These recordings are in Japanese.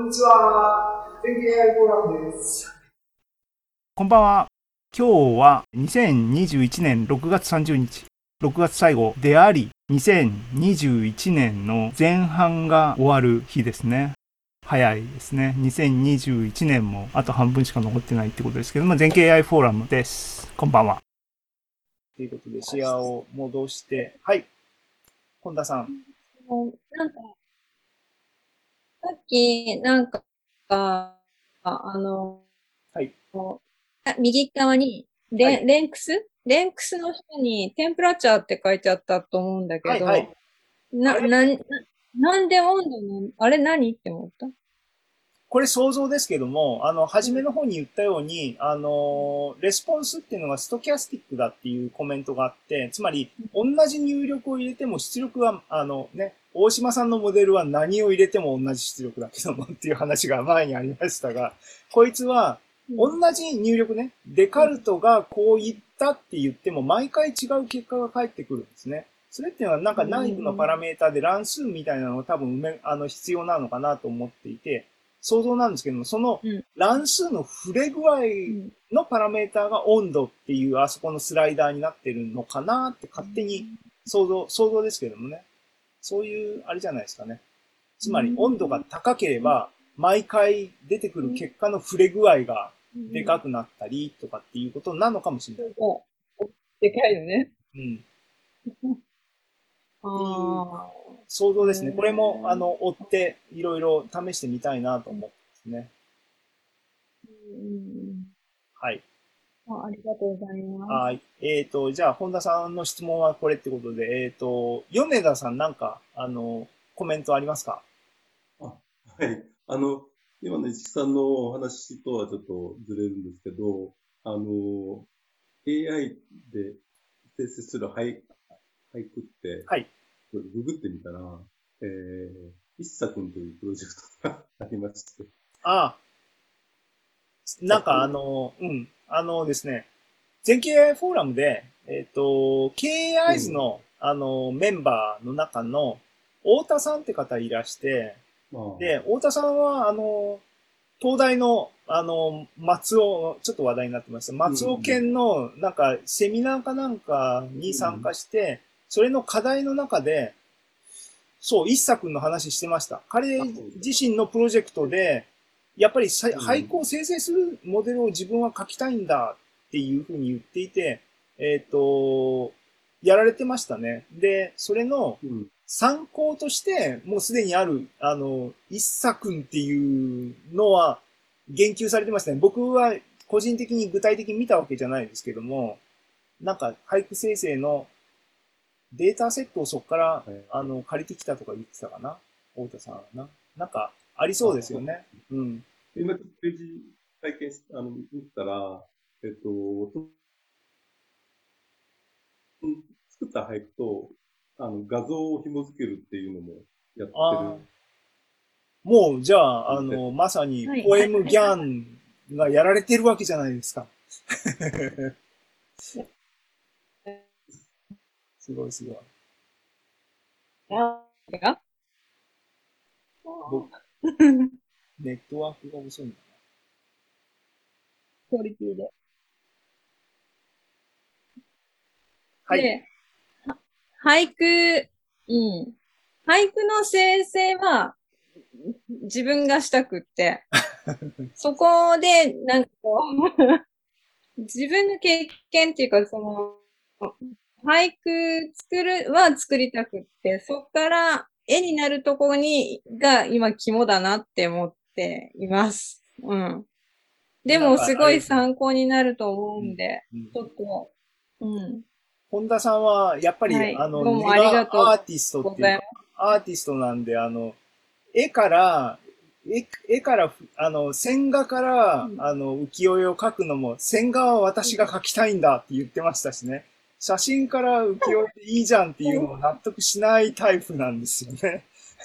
にちは。天気 AI フォーラムです。 こんばんは。今日は2021年6月30日、6月最後であり、2021年の前半が終わる日ですね。早いですね。2021年もあと半分しか残ってないってことですけども、全景 AI フォーラムです。こんばんは。ということで、シェアを戻して、はい。本田さん。 なんか、さっき、 はい。 右側にはいレンクスの下にテンプラチャーって書いてあったと思うんだけはいはい。 ど、なんで温度の、あれ何って思った。 これ想像ですけども、初めの方に言ったように、レスポンスっていうのがストキャスティックだっていうコメントがあって、つまり、同じ入力を入れても出力は、大島さんのモデルは何を入れても同じ出力だけどもっていう話が前にありましたが、こいつは、同じ入力ね、デカルトがこう言ったって言っても、毎回違う結果が返ってくるんですね。それっていうのはなんか内部のパラメータで乱数みたいなのが多分必要なのかなと思っていて、想像なんですけども、その乱数の触れ具合のパラメーターが温度っていうあそこのスライダーになってるのかなって勝手に想像ですけどもね。そういうあれじゃないですかね。つまり温度が高ければ、毎回出てくる結果の触れ具合がでかくなったりとかっていうことなのかもしれない。 でかいよね。 うん。 あっていうあ。 想像ですね。これも、追っていろいろ試してみたいなと思ってますね。はい。 ありがとうございます。 はい。じゃあ、本田さんの質問はこれってことで、米田さんなんか、コメントありますか？ はい。今の市木さんのお話とはちょっとずれるんですけど、AI で生成する俳句って、 はい。 ググってみたら、一茶くんというプロジェクトがありまして。 ああ、なんかですね、全景 AI フォーラムで、KAIs の、メンバーの中の、太田さんって方いらして、で、太田さんは、東大の、松尾、ちょっと話題になってました。松尾県の、なんか、セミナーかなんかに参加して、それの課題の中で、そう、一茶くんの話してました。彼自身のプロジェクトで、やっぱり俳句を生成するモデルを自分は書きたいんだっていうふうに言っていて、やられてましたね。で、それの参考として、もうすでにある、一茶くんっていうのは言及されてましたね。僕は個人的に具体的に見たわけじゃないですけども、なんか俳句生成のデータセットをそこから、借りてきたとか言ってたかな、太田さんはな。なんか、ありそうですよね。うん。 今、ページ体験し、見たら、作った俳句と、画像を紐付けるっていうのもやってる。 もう、じゃあ、まさに、ポエムギャンがやられてるわけじゃないですか。すごいすごい。ネットワークが遅いんだな。 クオリティで。 はい。 で、俳句の生成は自分がしたくって、そこで、なんかこう、自分の経験っていうか、俳句作りたくって、そこから絵になるところが今肝だなって思っています。うん。でもすごい参考になると思うんで、ちょっと、 本田さんは、やっぱり、 はい、どうもあネりがとうガアーティストっていうか、アーティストなんで、絵から、線画から、浮世絵を描くのも、線画は私が描きたいんだって言ってましたしね。写真から浮世絵でいいじゃんっていうのを納得しないタイプなんですよね。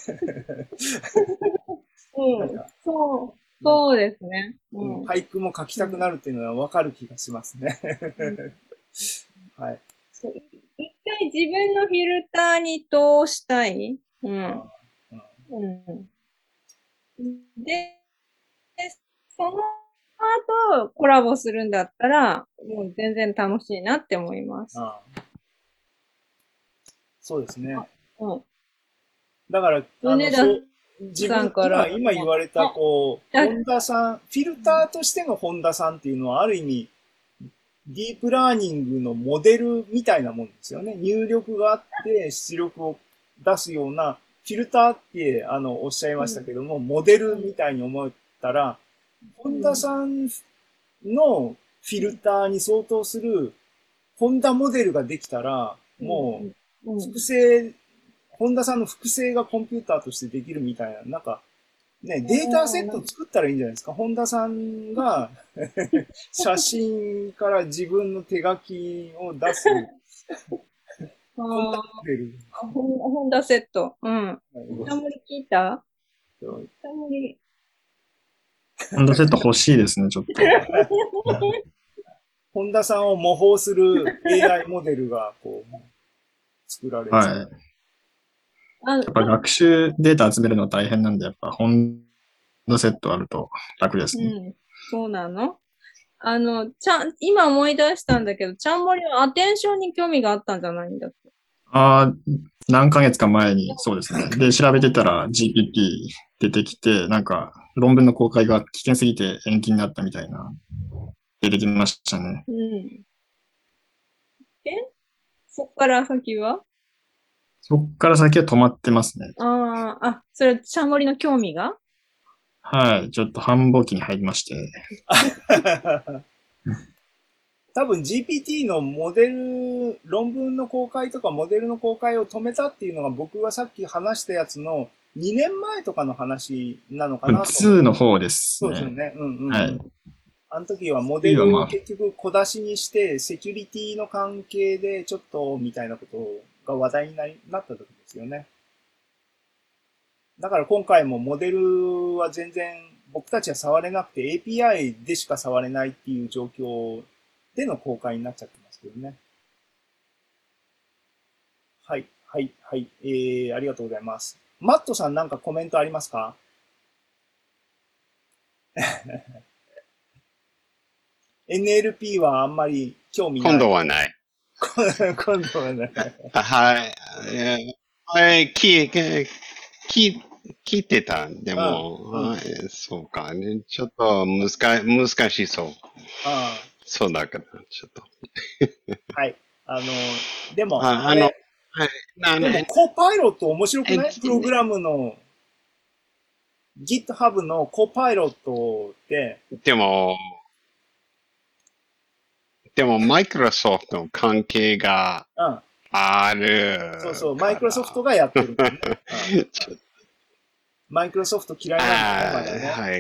そうですね。 俳句も描きたくなるっていうのはわかる気がしますね。はい。 一回自分のフィルターに通したい。 で、その後コラボするんだったら、もう全然楽しいなって思います。 ああ、そうですね。 うん。 だから、 米田自分、 さんから今言われた、こう、 あ本田さん、フィルターとしての本田さんっていうのは、ある意味、ディープラーニングのモデルみたいなもんですよね。入力があって出力を出すような、フィルターって、おっしゃいましたけども、モデルみたいに思ったら、本田さんのフィルターに相当する、ホンダモデルができたら、もう、複製、ホンダさんの複製がコンピューターとしてできるみたいな、なんか、ね、データセット作ったらいいんじゃないですか。本田さんが写真から自分の手書きを出す。ホンダモデル。 ホンダセット。うん。タモリ聞いたタモリ。 ホンダセット欲しいですね、ちょっと。 本田さんを模倣する AI モデルが、こう、作られて。 はい。やっぱ学習データ集めるの大変なんで、やっぱホンダセットあると楽ですね。 うん。そうなの今思い出したんだけど、ちゃんもりはアテンションに興味があったんじゃないんだっけ。 ああ、何ヶ月か前にそうですね。で、調べてたら GPT 出てきて、なんか論文の公開が危険すぎて延期になったみたいな、出てきましたね。 うん。そっから先はそっから先は止まってますね。 それ、ちゃんもりの興味がはい。ちょっと繁忙期に入りまして。 多分 GPT のモデル、論文の公開とかモデルの公開を止めたっていうのが僕がさっき話したやつの2年前とかの話なのかなと。 2の方ですそうですよね。 ね。うんうん、うん。 はい。 あの時はモデルを結局小出しにしてセキュリティの関係でちょっとみたいなことが話題になった時ですよね。だから今回もモデルは全然僕たちは触れなくて API でしか触れないっていう状況での公開になっちゃってますけどね。はい、はい、はい。ありがとうございます。マットさんなんかコメントありますか？NLP はあんまり興味ない。 今度はない。 今度はない。 はい。聞いてた。でも、そうかね。ちょっと難しそう。そうだから、ちょっと。 はい。でも、 はい。 でも、コパイロット面白くない？プログラムの、GitHub のコパイロットって。 でも、マイクロソフトの関係がある。 そうそう、マイクロソフトがやってる、ね。マイクロソフト嫌いなんだね、 はい。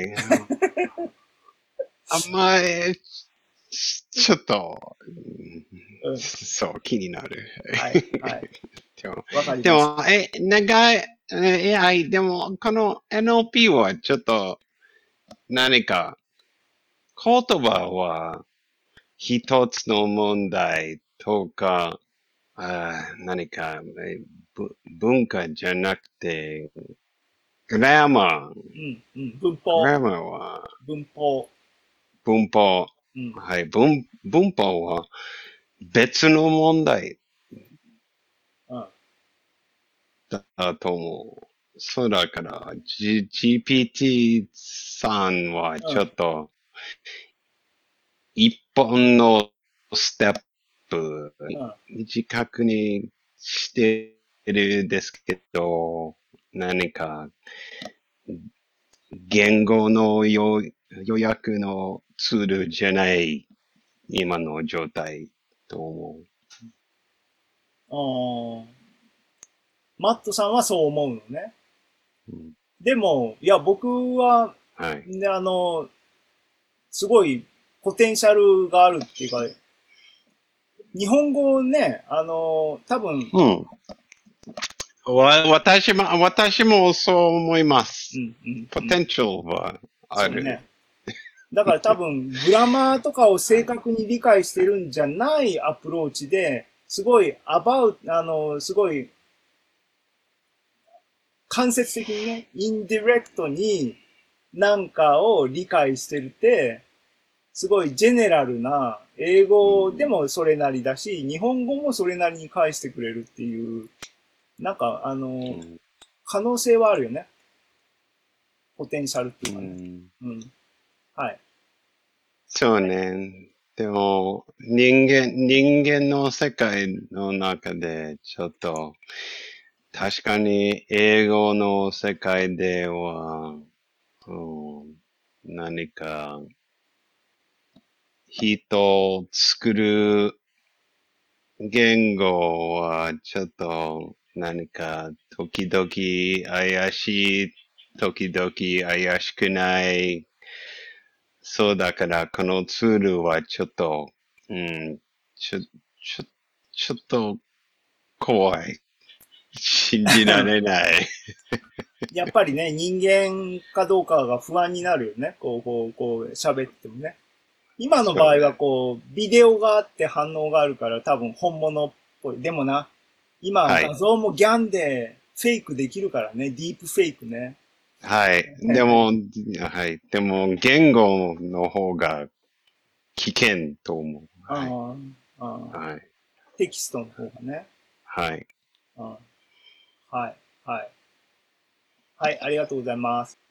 あんまり、ちょっと、そう、気になる。 はい、はい。 でも、長い、AI、でも、この NLP はちょっと、何か、言葉は一つの問題とか、何か、文化じゃなくて、グラマー。 文法。 グラマーは、 文法。 はい、文法は別の問題だと思う。そうだから、GPT さんはちょっと、一本のステップ、短くにしてるんですけど、何か、言語の予約のツールじゃない今の状態と思う。マットさんはそう思うのね。でも、いや、僕は、すごいポテンシャルがあるっていうか、日本語ね、多分、 私もそう思います。ポテンシャルはある。 ね、だから多分、グラマーとかを正確に理解してるんじゃないアプローチで、すごい、すごい、間接的にね、インディレクトになんかを理解してるって、すごいジェネラルな、英語でもそれなりだし、日本語もそれなりに返してくれるっていう、なんか、 うん可能性はあるよね。ポテンシャルっていうかね。 うんうん。はい。 そうね。でも、人間の世界の中で、ちょっと、確かに英語の世界では、何か、人を作る言語はちょっと何か時々怪しい、時々怪しくない。そうだからこのツールはちょっと、うん、ちょっと怖い。信じられない。 やっぱりね、人間かどうかが不安になるよね。喋ってもね。今の場合はビデオがあって反応があるから多分本物っぽい。でもな、今はい画像もギャンでフェイクできるからね。ディープフェイクね。 はい。でも、はい。でも、言語の方が危険と思う。はい。 ああ、 はい。 テキストの方がね。 はい。 はい。はい。はい、ありがとうございます。